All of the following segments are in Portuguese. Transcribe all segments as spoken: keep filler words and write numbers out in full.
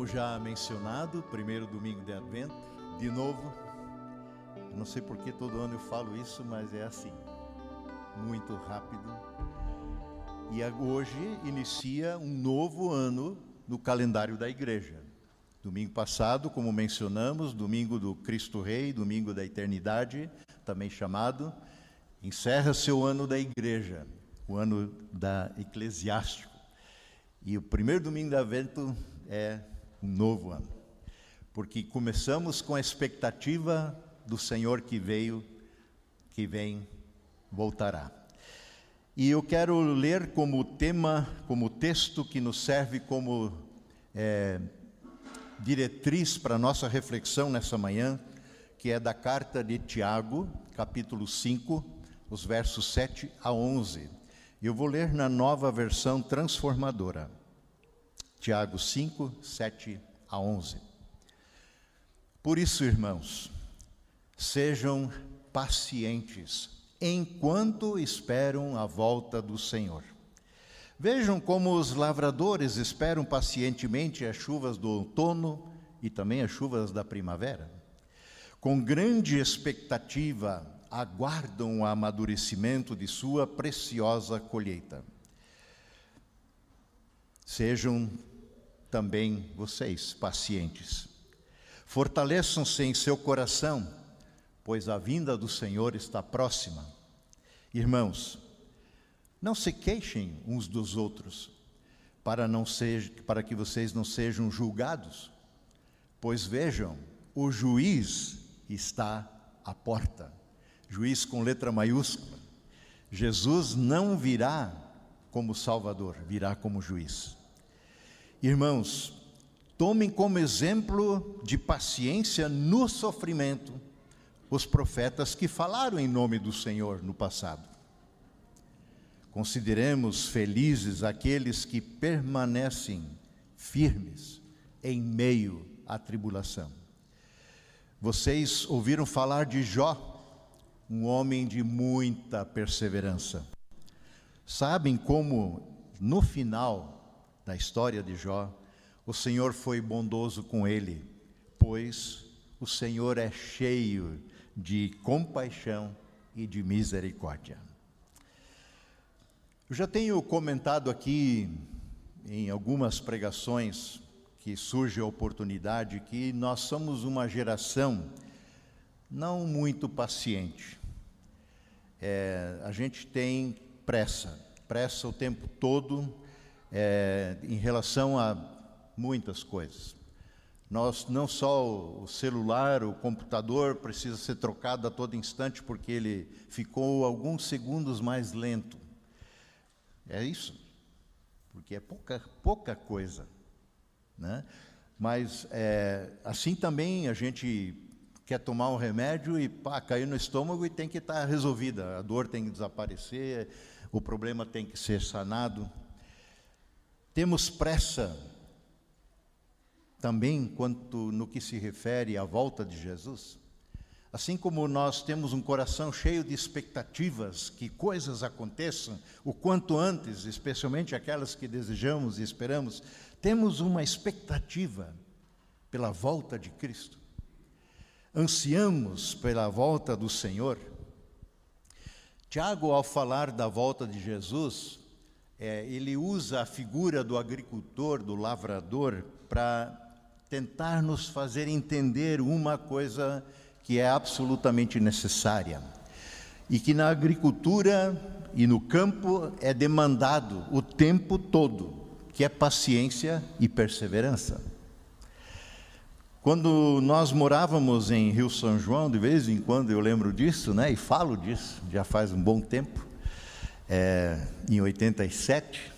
Como já mencionado, primeiro domingo de Advento, de novo, eu não sei porque todo ano eu falo isso, mas é assim, muito rápido. E hoje inicia um novo ano no calendário da igreja. Domingo passado, como mencionamos, domingo do Cristo Rei, domingo da eternidade, também chamado, encerra seu ano da igreja, o ano da eclesiástico. E o primeiro domingo de Advento é um novo ano, porque começamos com a expectativa do Senhor que veio, que vem, voltará. E eu quero ler como tema, como texto que nos serve como é, diretriz para a nossa reflexão nessa manhã, que é da carta de Tiago, capítulo cinco, os versos sete a onze. Eu vou ler na nova versão transformadora. Tiago cinco, sete a onze. Por isso, irmãos, sejam pacientes enquanto esperam a volta do Senhor. Vejam como os lavradores esperam pacientemente as chuvas do outono e também as chuvas da primavera. Com grande expectativa, aguardam o amadurecimento de sua preciosa colheita. Sejam também vocês pacientes. Fortaleçam-se em seu coração, pois a vinda do Senhor está próxima. Irmãos, não se queixem uns dos outros, para, não seja, para que vocês não sejam julgados, pois vejam, o juiz está à porta. Juiz com letra maiúscula. Jesus não virá como Salvador, virá como juiz. Irmãos, tomem como exemplo de paciência no sofrimento os profetas que falaram em nome do Senhor no passado. Consideremos felizes aqueles que permanecem firmes em meio à tribulação. Vocês ouviram falar de Jó, um homem de muita perseverança. Sabem como, no final da história de Jó, o Senhor foi bondoso com ele, pois o Senhor é cheio de compaixão e de misericórdia. Eu já tenho comentado aqui em algumas pregações que surge a oportunidade que nós somos uma geração não muito paciente. É, a gente tem pressa, pressa o tempo todo é, em relação a muitas coisas. Nós, não só o celular, o computador precisa ser trocado a todo instante porque ele ficou alguns segundos mais lento. É isso, porque é pouca, pouca coisa, né? Mas é, assim também a gente quer tomar um remédio e pá, caiu no estômago e tem que estar resolvida. A dor tem que desaparecer, o problema tem que ser sanado. Temos pressa também quanto no que se refere à volta de Jesus. Assim como nós temos um coração cheio de expectativas que coisas aconteçam o quanto antes, especialmente aquelas que desejamos e esperamos, temos uma expectativa pela volta de Cristo. Ansiamos pela volta do Senhor. Tiago, ao falar da volta de Jesus, é, ele usa a figura do agricultor, do lavrador, para tentar nos fazer entender uma coisa que é absolutamente necessária e que na agricultura e no campo é demandado o tempo todo, que é paciência e perseverança. Quando nós morávamos em Rio São João, de vez em quando eu lembro disso, né, e falo disso, já faz um bom tempo, é, em oitenta e sete,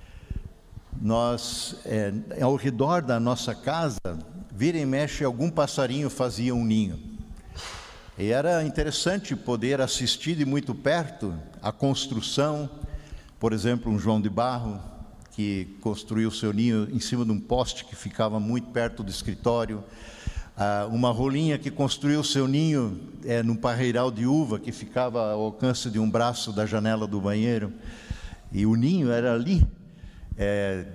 nós, é, ao redor da nossa casa, vira e mexe, algum passarinho fazia um ninho. E era interessante poder assistir de muito perto a construção, por exemplo, um João de Barro, que construiu seu ninho em cima de um poste que ficava muito perto do escritório, ah, uma rolinha que construiu seu ninho é, num parreiral de uva que ficava ao alcance de um braço da janela do banheiro, e o ninho era ali. É,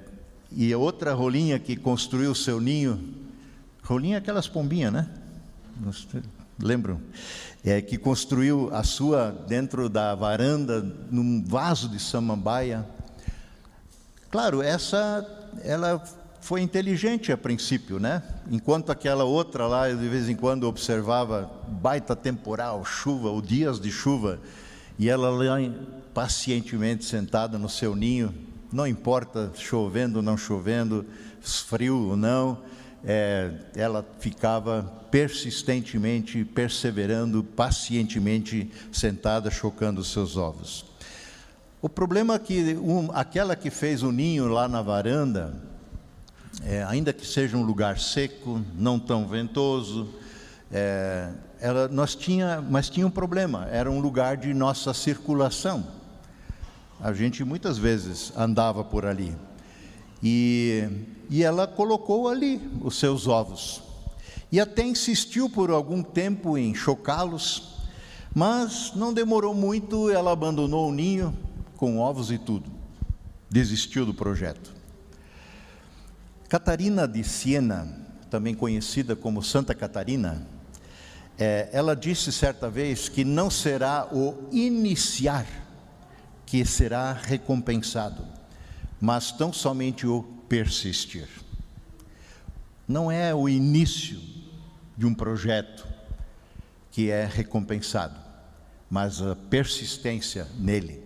e outra rolinha que construiu o seu ninho, rolinha é aquelas pombinhas, né? Lembram? É, que construiu a sua dentro da varanda, num vaso de samambaia. Claro, essa, ela foi inteligente a princípio, né? Enquanto aquela outra lá, de vez em quando, observava baita temporal, chuva, ou dias de chuva, e ela lá pacientemente sentada no seu ninho, não importa chovendo ou não chovendo, frio ou não, é, ela ficava persistentemente, perseverando, pacientemente sentada, chocando os seus ovos. O problema é que um, aquela que fez o ninho lá na varanda, é, ainda que seja um lugar seco, não tão ventoso, é, ela, nós tinha, mas tinha um problema, era um lugar de nossa circulação. A gente muitas vezes andava por ali. E, e ela colocou ali os seus ovos. E até insistiu por algum tempo em chocá-los, mas não demorou muito, ela abandonou o ninho com ovos e tudo. Desistiu do projeto. Catarina de Siena, também conhecida como Santa Catarina, é, ela disse certa vez que não será o iniciar que será recompensado, mas tão somente o persistir. Não é o início de um projeto que é recompensado, mas a persistência nele.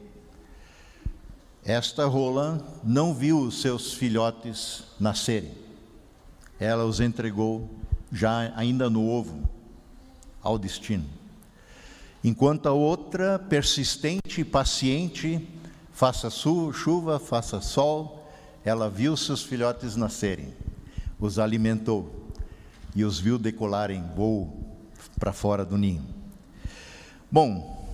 Esta rola não viu os seus filhotes nascerem. Ela os entregou já ainda no ovo ao destino. Enquanto a outra, persistente e paciente, faça chuva, faça sol, ela viu seus filhotes nascerem, os alimentou e os viu decolar em voo para fora do ninho. Bom,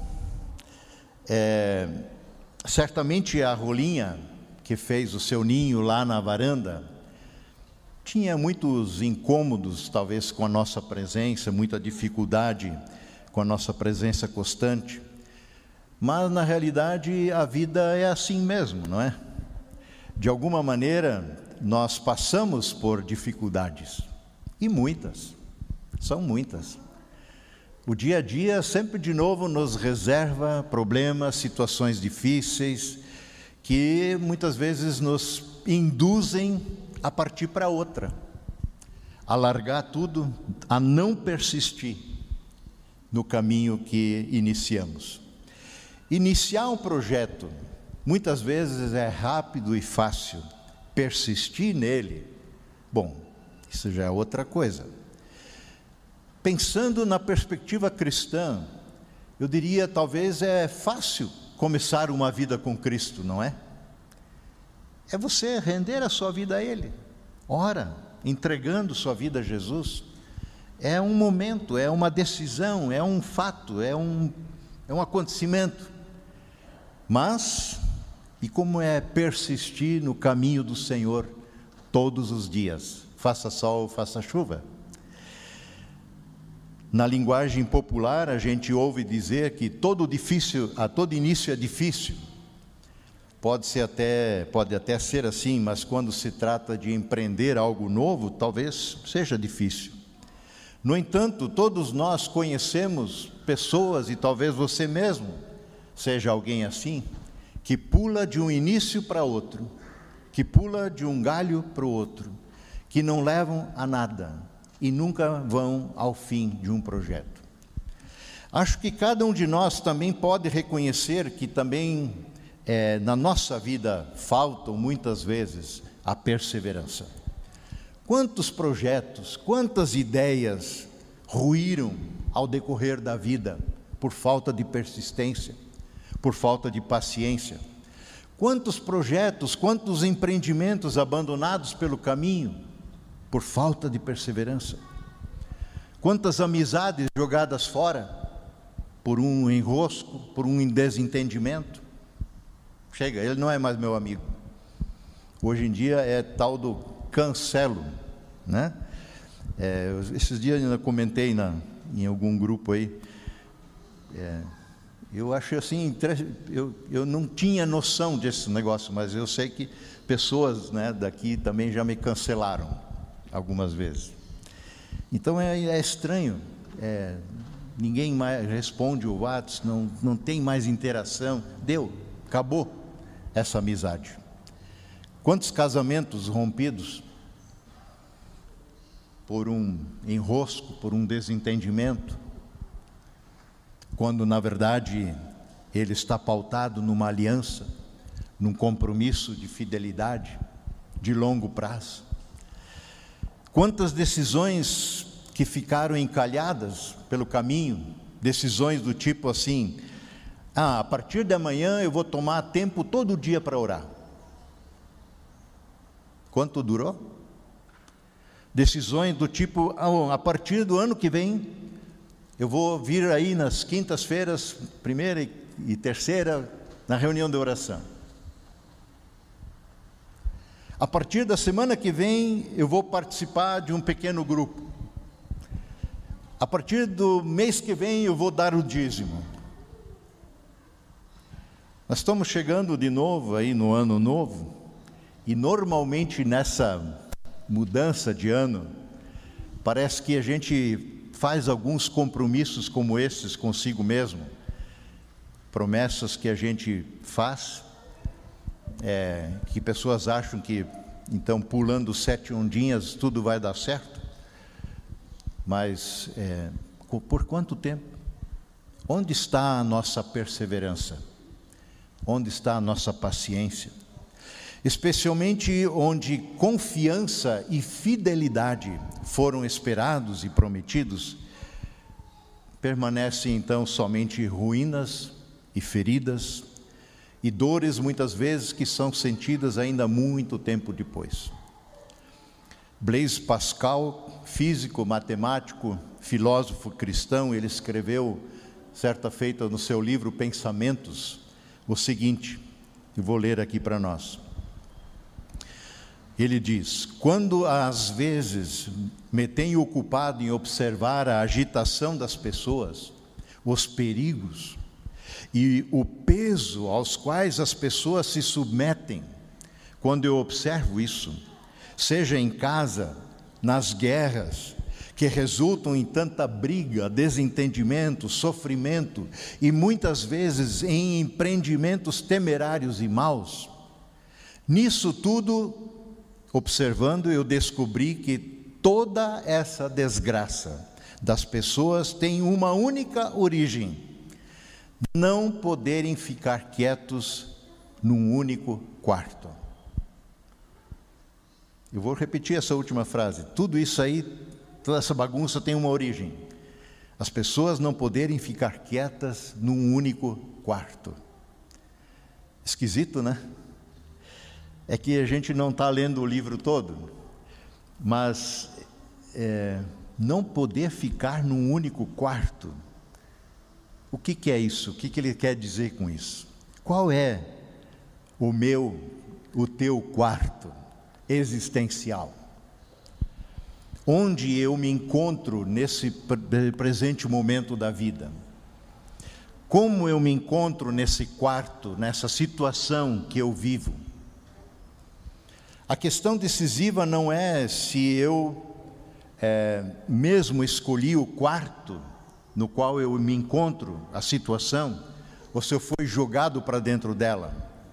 é, certamente a rolinha que fez o seu ninho lá na varanda tinha muitos incômodos, talvez com a nossa presença, muita dificuldade com a nossa presença constante, mas na realidade a vida é assim mesmo, não é? De alguma maneira nós passamos por dificuldades, e muitas, são muitas. O dia a dia sempre de novo nos reserva problemas, situações difíceis, que muitas vezes nos induzem a partir para outra, a largar tudo, a não persistir no caminho que iniciamos. Iniciar um projeto, muitas vezes é rápido e fácil. Persistir nele, bom, isso já é outra coisa. Pensando na perspectiva cristã, eu diria, talvez é fácil começar uma vida com Cristo, não é? É você render a sua vida a Ele. Ora, entregando sua vida a Jesus. É um momento, é uma decisão, é um fato, é um, é um acontecimento. Mas, e como é persistir no caminho do Senhor todos os dias, faça sol, faça chuva? Na linguagem popular, a gente ouve dizer que todo, difícil, a todo início é difícil. Pode ser até, pode até ser assim, mas quando se trata de empreender algo novo, talvez seja difícil. No entanto, todos nós conhecemos pessoas, e talvez você mesmo seja alguém assim, que pula de um início para outro, que pula de um galho para o outro, que não levam a nada e nunca vão ao fim de um projeto. Acho que cada um de nós também pode reconhecer que também é, na nossa vida faltam muitas vezes a perseverança. Quantos projetos, quantas ideias ruíram ao decorrer da vida por falta de persistência, por falta de paciência? Quantos projetos, quantos empreendimentos abandonados pelo caminho por falta de perseverança? Quantas amizades jogadas fora por um enrosco, por um desentendimento? Chega, ele não é mais meu amigo. Hoje em dia é tal do cancelo, né? É, esses dias eu ainda comentei na, em algum grupo aí, é, Eu achei assim, eu, eu não tinha noção desse negócio, mas eu sei que pessoas, né, daqui também já me cancelaram algumas vezes. Então é, é estranho, é, ninguém mais responde o WhatsApp, não, não tem mais interação, deu, acabou essa amizade. Quantos casamentos rompidos por um enrosco, por um desentendimento, quando na verdade ele está pautado numa aliança, num compromisso de fidelidade, de longo prazo. Quantas decisões que ficaram encalhadas pelo caminho, decisões do tipo assim, ah, a partir de amanhã eu vou tomar tempo todo dia para orar. Quanto durou? Decisões do tipo, ah, a partir do ano que vem eu vou vir aí nas quintas-feiras, primeira e terceira, na reunião de oração. A partir da semana que vem, eu vou participar de um pequeno grupo. A partir do mês que vem, eu vou dar o dízimo. Nós estamos chegando de novo aí no ano novo, e normalmente nessa mudança de ano, parece que a gente faz alguns compromissos como esses consigo mesmo, promessas que a gente faz, é, que pessoas acham que, então, pulando sete ondinhas, tudo vai dar certo, mas é, por quanto tempo? Onde está a nossa perseverança? Onde está a nossa paciência? Especialmente onde confiança e fidelidade foram esperados e prometidos, permanecem então somente ruínas e feridas e dores muitas vezes que são sentidas ainda muito tempo depois. Blaise Pascal, físico, matemático, filósofo cristão, ele escreveu certa feita no seu livro Pensamentos o seguinte, eu vou ler aqui para nós. Ele diz, quando às vezes me tenho ocupado em observar a agitação das pessoas, os perigos e o peso aos quais as pessoas se submetem, quando eu observo isso, seja em casa, nas guerras, que resultam em tanta briga, desentendimento, sofrimento e muitas vezes em empreendimentos temerários e maus, nisso tudo, observando, eu descobri que toda essa desgraça das pessoas tem uma única origem: não poderem ficar quietos num único quarto. Eu vou repetir essa última frase. Tudo isso aí, toda essa bagunça tem uma origem: as pessoas não poderem ficar quietas num único quarto. Esquisito, né? É que a gente não está lendo o livro todo, mas é, não poder ficar num único quarto, o que, que é isso? O que, que ele quer dizer com isso? Qual é o meu, o teu quarto existencial? Onde eu me encontro nesse presente momento da vida? Como eu me encontro nesse quarto, nessa situação que eu vivo? A questão decisiva não é se eu é, mesmo escolhi o quarto no qual eu me encontro, a situação, ou se eu fui jogado para dentro dela.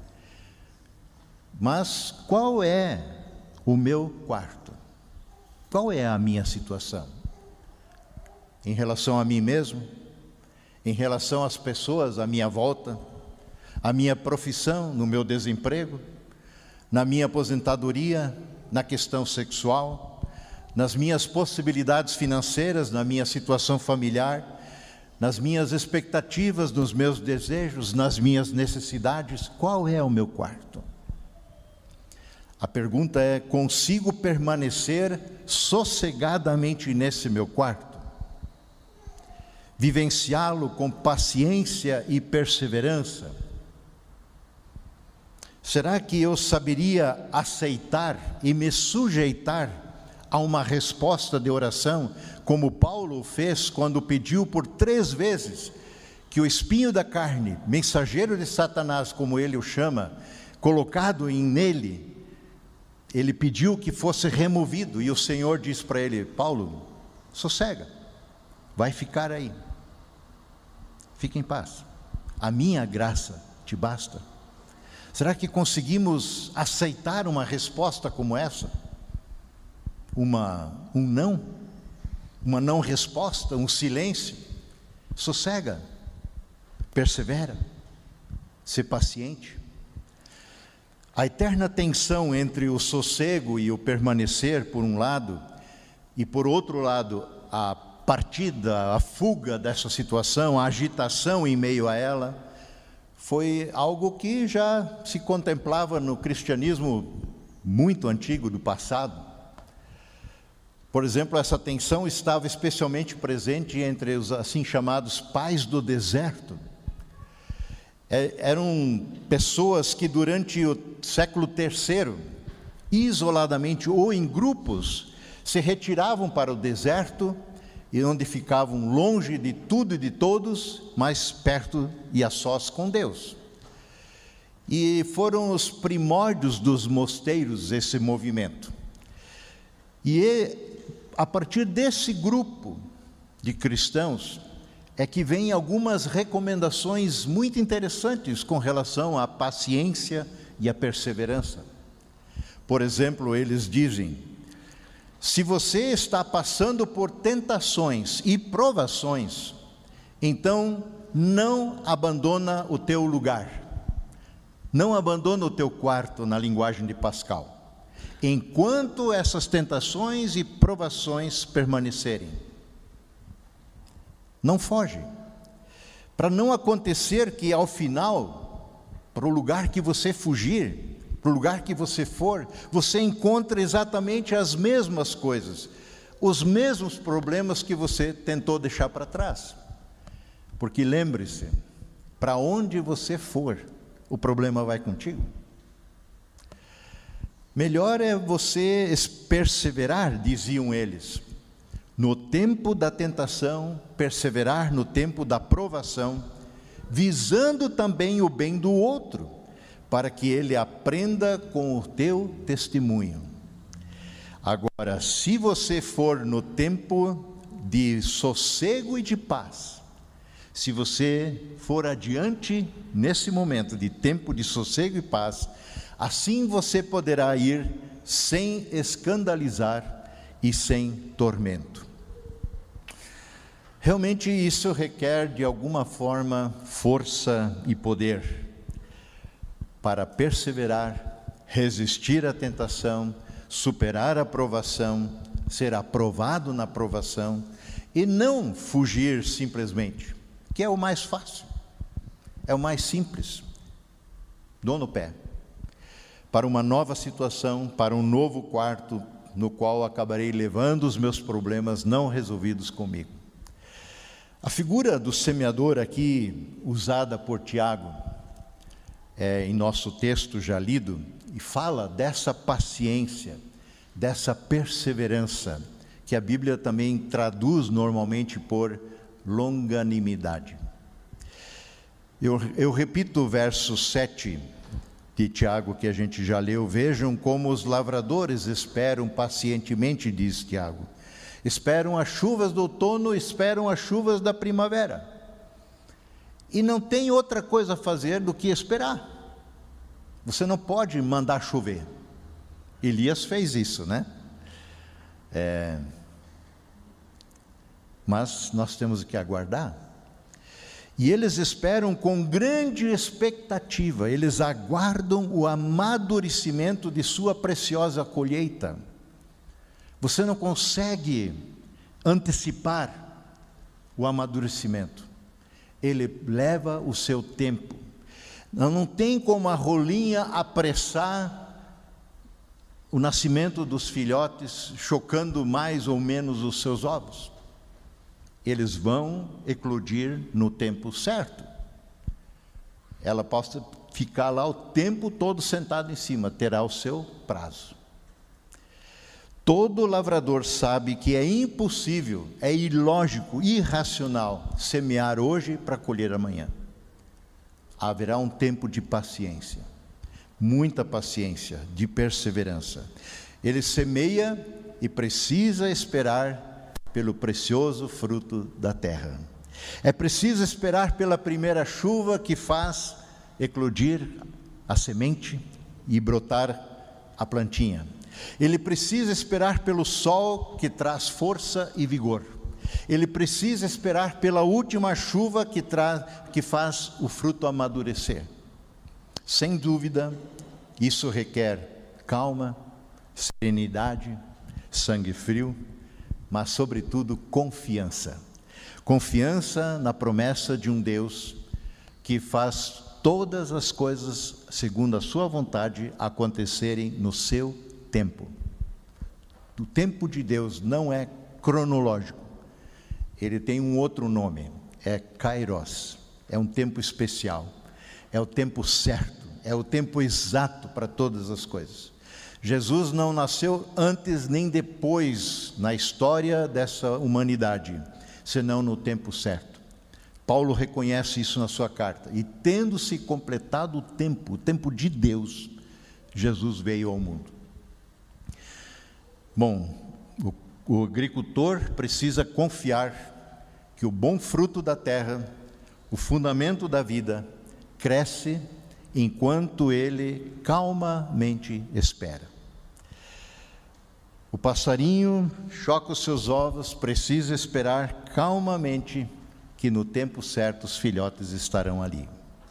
Mas qual é o meu quarto? Qual é a minha situação? Em relação a mim mesmo? Em relação às pessoas à minha volta? A minha profissão, no meu desemprego? Na minha aposentadoria, na questão sexual, nas minhas possibilidades financeiras, na minha situação familiar, nas minhas expectativas, nos meus desejos, nas minhas necessidades, qual é o meu quarto? A pergunta é, consigo permanecer sossegadamente nesse meu quarto? Vivenciá-lo com paciência e perseverança? Será que eu saberia aceitar e me sujeitar a uma resposta de oração, como Paulo fez quando pediu por três vezes que o espinho da carne, mensageiro de Satanás, como ele o chama, colocado em nele, ele pediu que fosse removido, e o Senhor disse para ele: Paulo, sossega, vai ficar aí, fica em paz, a minha graça te basta. Será que conseguimos aceitar uma resposta como essa? Uma, um não, uma não resposta, um silêncio? Sossega, persevera, ser paciente. A eterna tensão entre o sossego e o permanecer, por um lado, e por outro lado, a partida, a fuga dessa situação, a agitação em meio a ela, foi algo que já se contemplava no cristianismo muito antigo do passado. Por exemplo, essa tensão estava especialmente presente entre os assim chamados pais do deserto. Eram pessoas que durante o século terceiro, isoladamente ou em grupos, se retiravam para o deserto, e onde ficavam longe de tudo e de todos, mas perto e a sós com Deus. E foram os primórdios dos mosteiros esse movimento. E a partir desse grupo de cristãos, é que vem algumas recomendações muito interessantes com relação à paciência e à perseverança. Por exemplo, eles dizem: se você está passando por tentações e provações, então não abandona o teu lugar, não abandona o teu quarto, na linguagem de Pascal, enquanto essas tentações e provações permanecerem. Não foge, para não acontecer que ao final, para o lugar que você fugir, para o lugar que você for, você encontre exatamente as mesmas coisas, os mesmos problemas que você tentou deixar para trás. Porque lembre-se, para onde você for, o problema vai contigo. Melhor é você perseverar, diziam eles, no tempo da tentação, perseverar no tempo da provação, visando também o bem do outro, para que ele aprenda com o teu testemunho. Agora, se você for no tempo de sossego e de paz, se você for adiante nesse momento de tempo de sossego e paz, assim você poderá ir sem escandalizar e sem tormento. Realmente isso requer de alguma forma força e poder para perseverar, resistir à tentação, superar a provação, ser aprovado na provação e não fugir simplesmente, que é o mais fácil, é o mais simples. Dou no pé, para uma nova situação, para um novo quarto, no qual acabarei levando os meus problemas não resolvidos comigo. A figura do semeador aqui, usada por Tiago, é, em nosso texto já lido, e fala dessa paciência, dessa perseverança, que a Bíblia também traduz normalmente por longanimidade. Eu, eu repito o verso sete de Tiago, que a gente já leu: vejam como os lavradores esperam pacientemente, diz Tiago. Esperam as chuvas do outono, esperam as chuvas da primavera. E não tem outra coisa a fazer do que esperar. Você não pode mandar chover. Elias fez isso, né? É... Mas nós temos que aguardar. E eles esperam com grande expectativa, eles aguardam o amadurecimento de sua preciosa colheita. Você não consegue antecipar o amadurecimento, ele leva o seu tempo. Não, não tem como a rolinha apressar o nascimento dos filhotes, chocando mais ou menos os seus ovos. Eles vão eclodir no tempo certo. Ela possa ficar lá o tempo todo sentada em cima, terá o seu prazo. Todo lavrador sabe que é impossível, é ilógico, irracional semear hoje para colher amanhã. Haverá um tempo de paciência, muita paciência, de perseverança. Ele semeia e precisa esperar pelo precioso fruto da terra. É preciso esperar pela primeira chuva que faz eclodir a semente e brotar a plantinha. Ele precisa esperar pelo sol que traz força e vigor. Ele precisa esperar pela última chuva que, traz, que faz o fruto amadurecer. Sem dúvida, isso requer calma, serenidade, sangue frio, mas sobretudo confiança. Confiança na promessa de um Deus que faz todas as coisas segundo a sua vontade acontecerem no seu tempo. O tempo de Deus não é cronológico, ele tem um outro nome, é Kairos, é um tempo especial, é o tempo certo, é o tempo exato para todas as coisas. Jesus não nasceu antes nem depois na história dessa humanidade, senão no tempo certo. Paulo reconhece isso na sua carta, e tendo-se completado o tempo, o tempo de Deus, Jesus veio ao mundo. Bom, o, o agricultor precisa confiar que o bom fruto da terra, o fundamento da vida, cresce enquanto ele calmamente espera. O passarinho choca os seus ovos, precisa esperar calmamente que no tempo certo os filhotes estarão ali.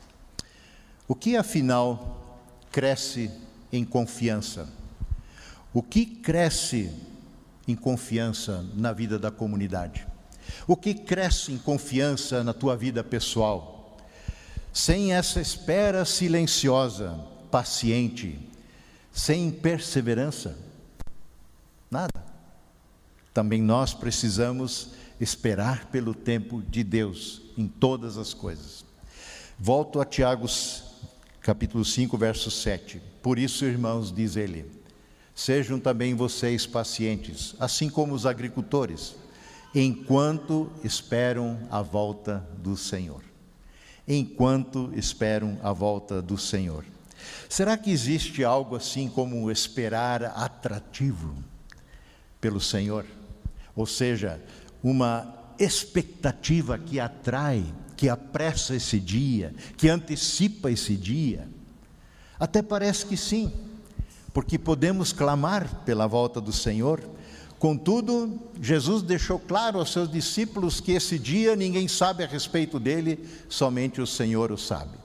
O que afinal cresce em confiança? O que cresce em confiança na vida da comunidade? O que cresce em confiança na tua vida pessoal? Sem essa espera silenciosa, paciente, sem perseverança, nada. Também nós precisamos esperar pelo tempo de Deus em todas as coisas. Volto a Tiago, capítulo cinco, verso sete. Por isso, irmãos, diz ele, sejam também vocês pacientes, assim como os agricultores, enquanto esperam a volta do Senhor. Enquanto esperam a volta do Senhor. Será que existe algo assim como esperar atrativo pelo Senhor? Ou seja, uma expectativa que atrai, que apressa esse dia, que antecipa esse dia? Até parece que sim, porque podemos clamar pela volta do Senhor. Contudo, Jesus deixou claro aos seus discípulos que esse dia ninguém sabe a respeito dele, somente o Senhor o sabe.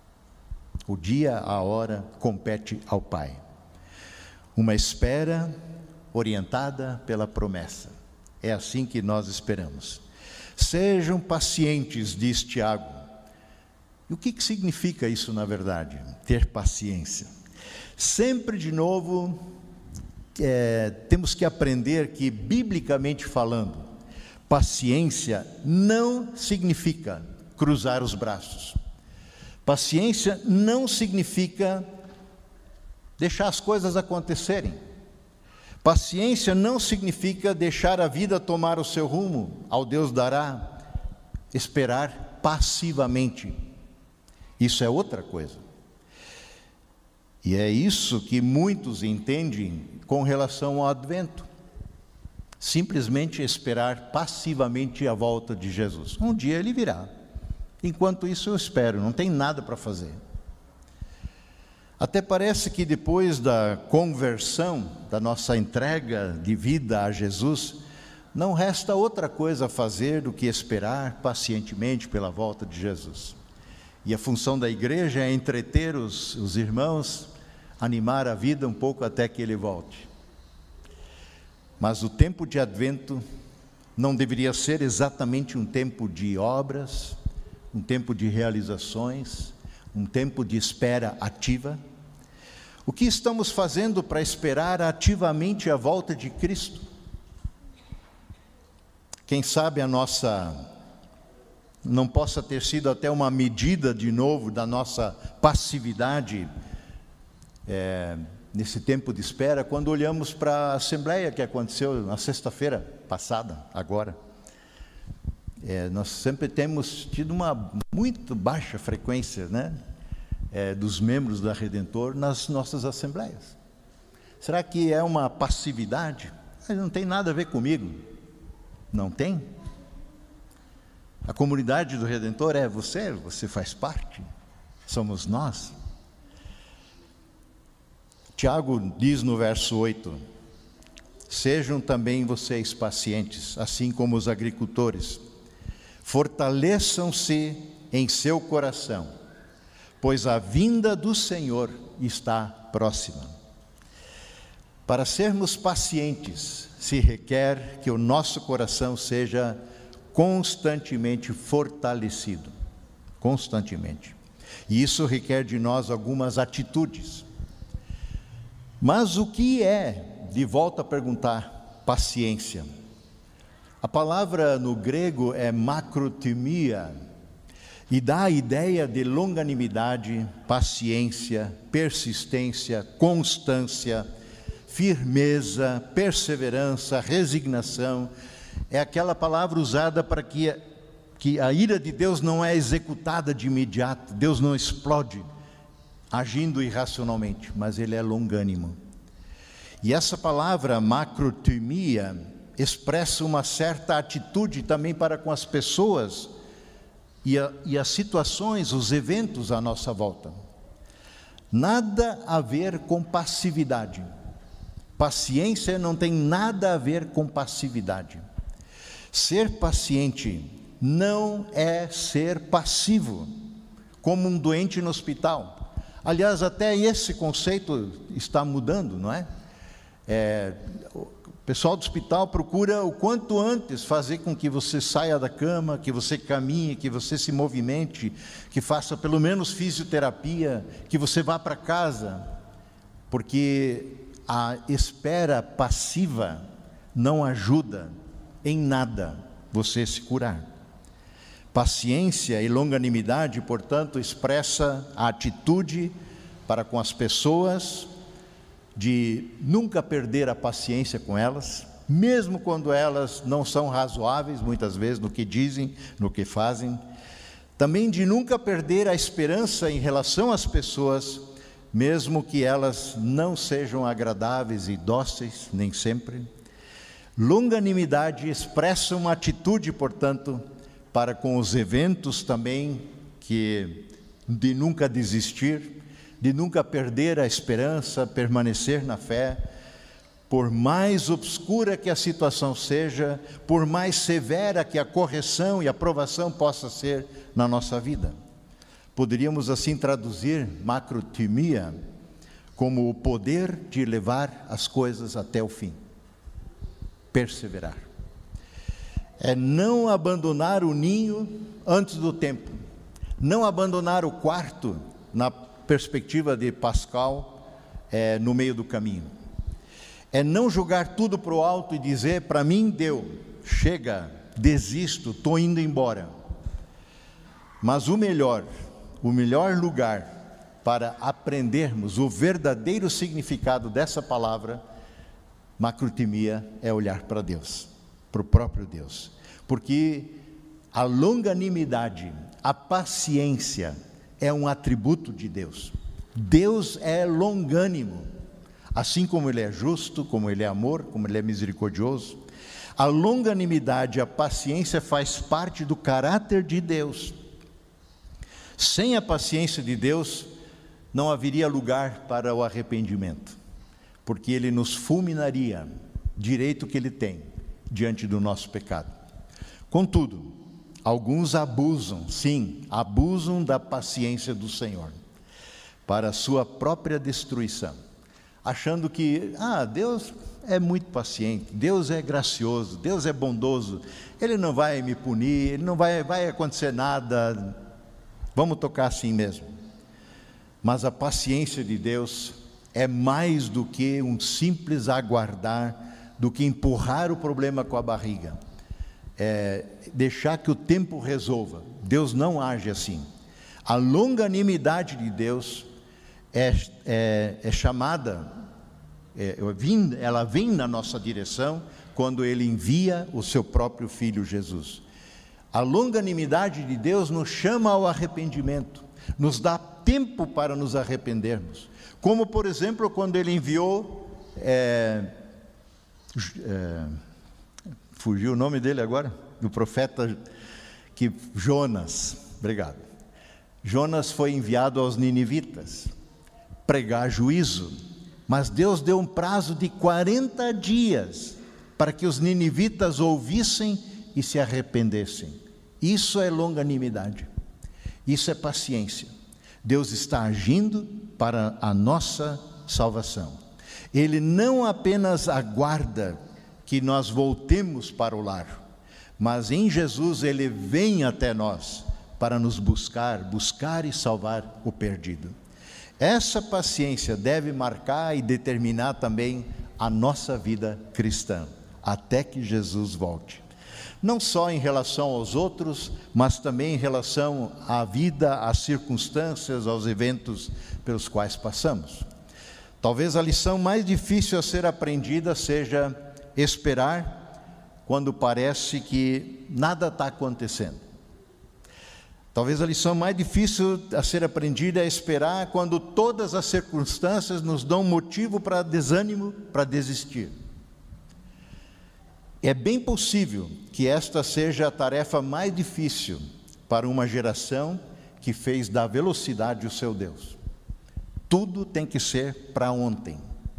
O dia, a hora, compete ao Pai. Uma espera orientada pela promessa. É assim que nós esperamos. Sejam pacientes, diz Tiago. E o que, que significa isso na verdade? Ter paciência. Sempre de novo, é, temos que aprender que, biblicamente falando, paciência não significa cruzar os braços. Paciência não significa deixar as coisas acontecerem. Paciência não significa deixar a vida tomar o seu rumo, ao Deus dará, esperar passivamente. Isso é outra coisa. E é isso que muitos entendem com relação ao advento. Simplesmente esperar passivamente a volta de Jesus. Um dia ele virá. Enquanto isso eu espero, não tem nada para fazer. Até parece que depois da conversão, da nossa entrega de vida a Jesus, não resta outra coisa a fazer do que esperar pacientemente pela volta de Jesus. E a função da igreja é entreter os, os irmãos, animar a vida um pouco até que ele volte. Mas o tempo de advento não deveria ser exatamente um tempo de obras, um tempo de realizações, um tempo de espera ativa. O que estamos fazendo para esperar ativamente a volta de Cristo? Quem sabe a nossa, não possa ter sido até uma medida de novo da nossa passividade é, nesse tempo de espera, quando olhamos para a assembleia que aconteceu na sexta-feira passada, agora. É, nós sempre temos tido uma muito baixa frequência, né, é, dos membros da Redentor nas nossas assembleias. Será que é uma passividade? Mas não tem nada a ver comigo. Não tem? A comunidade do Redentor é você, você faz parte, somos nós. Tiago diz no verso oito: sejam também vocês pacientes, assim como os agricultores. Fortaleçam-se em seu coração, pois a vinda do Senhor está próxima. Para sermos pacientes, se requer que o nosso coração seja constantemente fortalecido, constantemente. E isso requer de nós algumas atitudes. Mas o que é, de volta a perguntar, paciência? A palavra no grego é macrotimia, e dá a ideia de longanimidade, paciência, persistência, constância, firmeza, perseverança, resignação. É aquela palavra usada para que, que a ira de Deus não é executada de imediato, Deus não explode agindo irracionalmente, mas Ele é longânimo. E essa palavra macrotimia expressa uma certa atitude também para com as pessoas e, a, e as situações, os eventos à nossa volta. Nada a ver com passividade. Paciência não tem nada a ver com passividade. Ser paciente não é ser passivo, como um doente no hospital. Aliás, até esse conceito está mudando, não é? É, o pessoal do hospital procura o quanto antes fazer com que você saia da cama, que você caminhe, que você se movimente, que faça pelo menos fisioterapia, que você vá para casa, porque a espera passiva não ajuda em nada você se curar. Paciência e longanimidade, portanto, expressa a atitude para com as pessoas, de nunca perder a paciência com elas, mesmo quando elas não são razoáveis, muitas vezes, no que dizem, no que fazem. Também de nunca perder a esperança em relação às pessoas, mesmo que elas não sejam agradáveis e dóceis, nem sempre. Longanimidade expressa uma atitude, portanto, para com os eventos também, que de nunca desistir, de nunca perder a esperança, permanecer na fé, por mais obscura que a situação seja, por mais severa que a correção e a provação possa ser na nossa vida. Poderíamos assim traduzir macrotimia como o poder de levar as coisas até o fim. Perseverar. É não abandonar o ninho antes do tempo, não abandonar o quarto na perspectiva de Pascal, é, no meio do caminho. É não jogar tudo para o alto e dizer, para mim deu, chega, desisto, estou indo embora. Mas o melhor, o melhor lugar para aprendermos o verdadeiro significado dessa palavra, macrotimia, é olhar para Deus, para o próprio Deus. Porque a longanimidade, a paciência, é um atributo de Deus. Deus é longânimo, assim como Ele é justo, como Ele é amor, como Ele é misericordioso. A longanimidade, a paciência faz parte do caráter de Deus. Sem a paciência de Deus, não haveria lugar para o arrependimento, porque Ele nos fulminaria, direito que Ele tem, diante do nosso pecado. Contudo, alguns abusam, sim, abusam da paciência do Senhor, para a sua própria destruição, achando que, ah, Deus é muito paciente, Deus é gracioso, Deus é bondoso, Ele não vai me punir, Ele não vai, vai acontecer nada, vamos tocar assim mesmo. Mas a paciência de Deus é mais do que um simples aguardar, do que empurrar o problema com a barriga. É deixar que o tempo resolva. Deus não age assim. A longanimidade de Deus é, é, é chamada, é, ela vem na nossa direção quando Ele envia o seu próprio Filho Jesus. A longanimidade de Deus nos chama ao arrependimento, nos dá tempo para nos arrependermos. Como, por exemplo, quando Ele enviou, é, é, fugiu o nome dele agora, do profeta que, Jonas, obrigado. Jonas foi enviado aos ninivitas, pregar juízo, mas Deus deu um prazo de quarenta dias para que os ninivitas ouvissem e se arrependessem. Isso é longanimidade, isso é paciência. Deus está agindo para a nossa salvação. Ele não apenas aguarda que nós voltemos para o lar, mas em Jesus Ele vem até nós para nos buscar, buscar e salvar o perdido. Essa paciência deve marcar e determinar também a nossa vida cristã, até que Jesus volte. Não só em relação aos outros, mas também em relação à vida, às circunstâncias, aos eventos pelos quais passamos. Talvez a lição mais difícil a ser aprendida seja esperar quando parece que nada está acontecendo. Talvez a lição mais difícil a ser aprendida é esperar quando todas as circunstâncias nos dão motivo para desânimo, para desistir. É bem possível que esta seja a tarefa mais difícil para uma geração que fez da velocidade o seu Deus. Tudo tem que ser para ontem.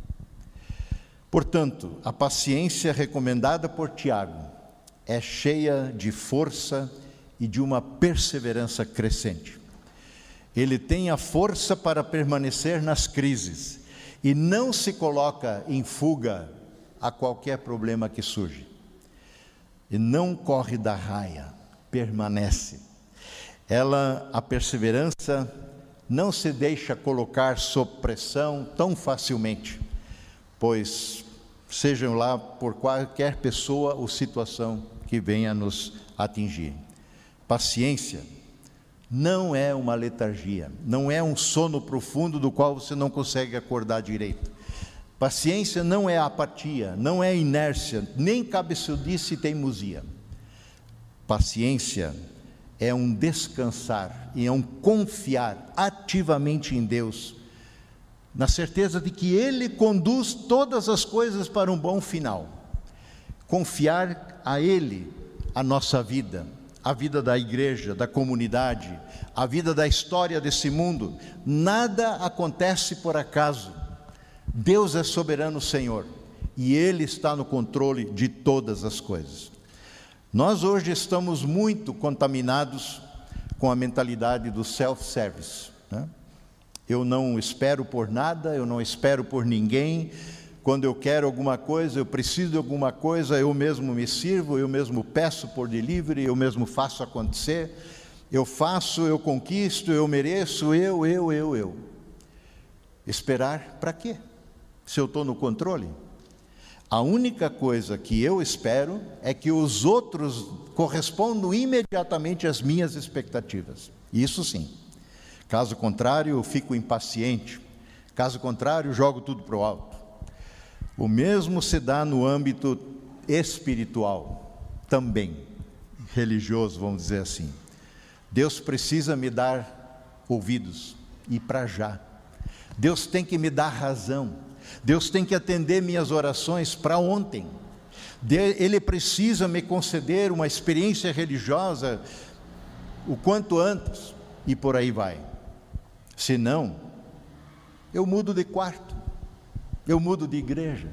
Portanto, a paciência recomendada por Tiago é cheia de força e de uma perseverança crescente. Ele tem a força para permanecer nas crises e não se coloca em fuga a qualquer problema que surge. E não corre da raia, permanece. Ela, a perseverança, não se deixa colocar sob pressão tão facilmente, pois sejam lá por qualquer pessoa ou situação que venha nos atingir. Paciência não é uma letargia, não é um sono profundo do qual você não consegue acordar direito. Paciência não é apatia, não é inércia, nem cabeçudice e teimosia. Paciência é um descansar e é um confiar ativamente em Deus, na certeza de que Ele conduz todas as coisas para um bom final. Confiar a Ele a nossa vida, a vida da igreja, da comunidade, a vida da história desse mundo. Nada acontece por acaso. Deus é soberano Senhor e Ele está no controle de todas as coisas. Nós hoje estamos muito contaminados com a mentalidade do self-service, né? Eu não espero por nada, eu não espero por ninguém. Quando eu quero alguma coisa, eu preciso de alguma coisa, eu mesmo me sirvo, eu mesmo peço por delivery, eu mesmo faço acontecer. Eu faço, eu conquisto, eu mereço, eu, eu, eu, eu. Esperar para quê? Se eu estou no controle? A única coisa que eu espero é que os outros correspondam imediatamente às minhas expectativas. Isso sim. Caso contrário, eu fico impaciente. Caso contrário, jogo tudo para o alto. O mesmo se dá no âmbito espiritual, também, religioso, vamos dizer assim. Deus precisa me dar ouvidos, e para já. Deus tem que me dar razão. Deus tem que atender minhas orações para ontem. Ele precisa me conceder uma experiência religiosa o quanto antes, e por aí vai. Senão, eu mudo de quarto, eu mudo de igreja.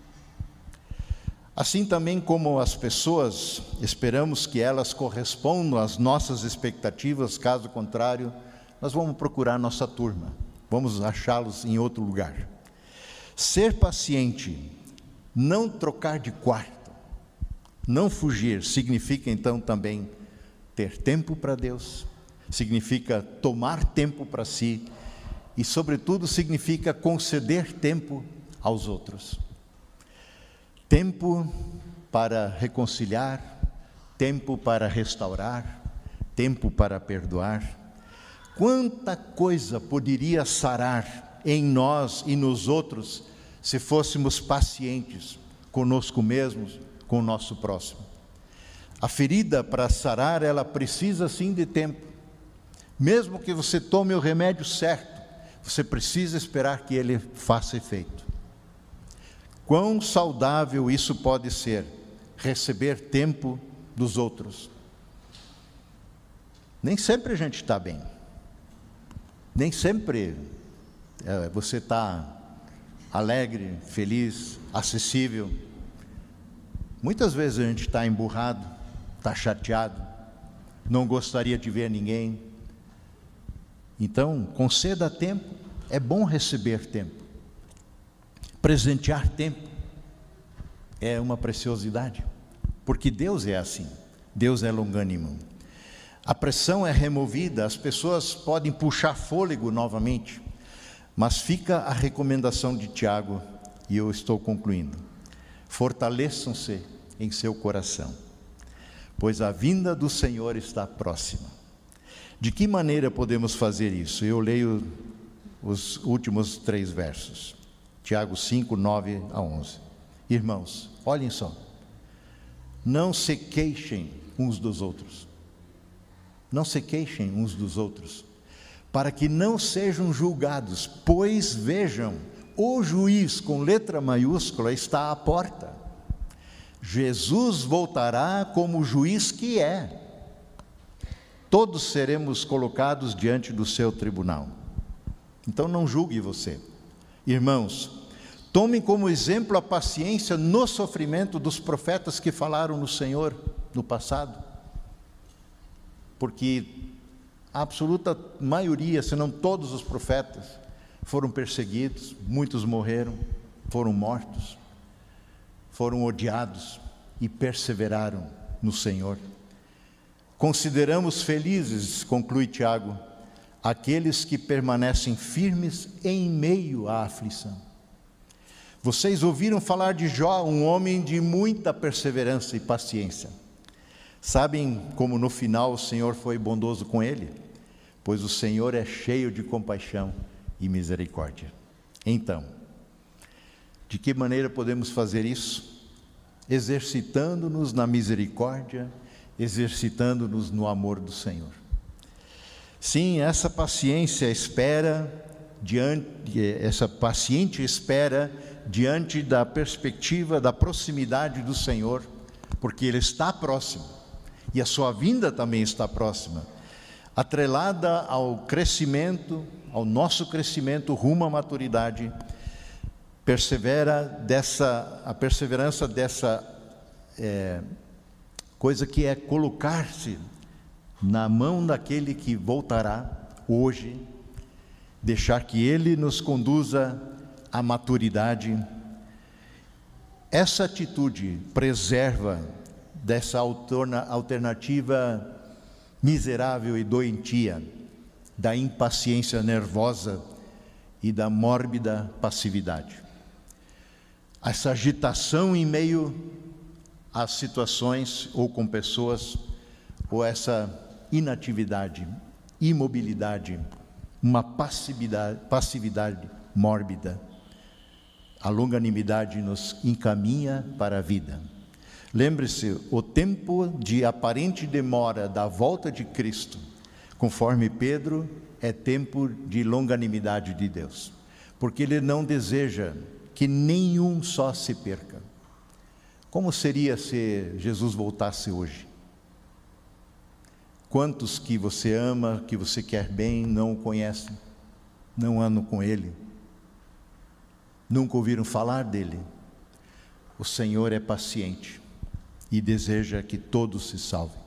Assim também como as pessoas, esperamos que elas correspondam às nossas expectativas, caso contrário, nós vamos procurar nossa turma, vamos achá-los em outro lugar. Ser paciente, não trocar de quarto, não fugir, significa então também ter tempo para Deus, significa tomar tempo para si e, sobretudo, significa conceder tempo aos outros. Tempo para reconciliar, tempo para restaurar, tempo para perdoar. Quanta coisa poderia sarar em nós e nos outros se fôssemos pacientes conosco mesmos, com o nosso próximo. A ferida, para sarar, ela precisa sim de tempo. Mesmo que você tome o remédio certo, você precisa esperar que ele faça efeito. Quão saudável isso pode ser, receber tempo dos outros. Nem sempre a gente está bem. Nem sempre é, você está alegre, feliz, acessível. Muitas vezes a gente está emburrado, está chateado, não gostaria de ver ninguém. Então, conceda tempo, é bom receber tempo. Presentear tempo é uma preciosidade, porque Deus é assim, Deus é longânimo. A pressão é removida, as pessoas podem puxar fôlego novamente, mas fica a recomendação de Tiago, e eu estou concluindo: fortaleçam-se em seu coração, pois a vinda do Senhor está próxima. De que maneira podemos fazer isso? Eu leio os últimos três versos, Tiago cinco, nove a onze. Irmãos, olhem só, não se queixem uns dos outros, não se queixem uns dos outros, para que não sejam julgados, pois vejam, o juiz com letra maiúscula está à porta. Jesus voltará como juiz que é. Todos seremos colocados diante do seu tribunal. Então não julgue você. Irmãos, tomem como exemplo a paciência no sofrimento dos profetas que falaram no Senhor no passado. Porque a absoluta maioria, se não todos os profetas, foram perseguidos, muitos morreram, foram mortos, foram odiados e perseveraram no Senhor. Consideramos felizes, conclui Tiago, aqueles que permanecem firmes em meio à aflição. Vocês ouviram falar de Jó, um homem de muita perseverança e paciência. Sabem como no final o Senhor foi bondoso com ele? Pois o Senhor é cheio de compaixão e misericórdia. Então, de que maneira podemos fazer isso? Exercitando-nos na misericórdia, exercitando-nos no amor do Senhor. Sim, essa paciência espera diante, essa paciente espera diante da perspectiva da proximidade do Senhor, porque Ele está próximo e a sua vinda também está próxima, atrelada ao crescimento, ao nosso crescimento rumo à maturidade. Persevera dessa, a perseverança dessa é, coisa que é colocar-se na mão daquele que voltará hoje, deixar que Ele nos conduza à maturidade. Essa atitude preserva dessa alternativa miserável e doentia, da impaciência nervosa e da mórbida passividade. Essa agitação em meio às situações ou com pessoas, ou essa inatividade, imobilidade, uma passividade, passividade mórbida. A longanimidade nos encaminha para a vida. Lembre-se, o tempo de aparente demora da volta de Cristo, conforme Pedro, é tempo de longanimidade de Deus, porque Ele não deseja que nenhum só se perca. Como seria se Jesus voltasse hoje? Quantos que você ama, que você quer bem, não o conhecem, não andam com Ele, nunca ouviram falar dEle? O Senhor é paciente e deseja que todos se salvem.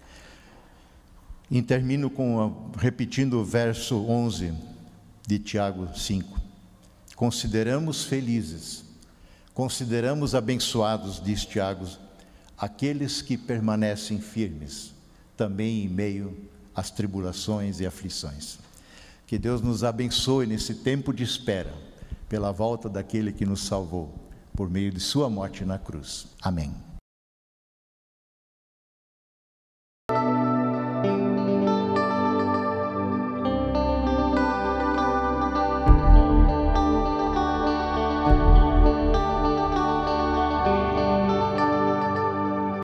E termino com, repetindo o verso onze de Tiago cinco. Consideramos felizes, consideramos abençoados, diz Tiago, aqueles que permanecem firmes, também em meio às tribulações e aflições. Que Deus nos abençoe nesse tempo de espera, pela volta daquele que nos salvou, por meio de sua morte na cruz. Amém.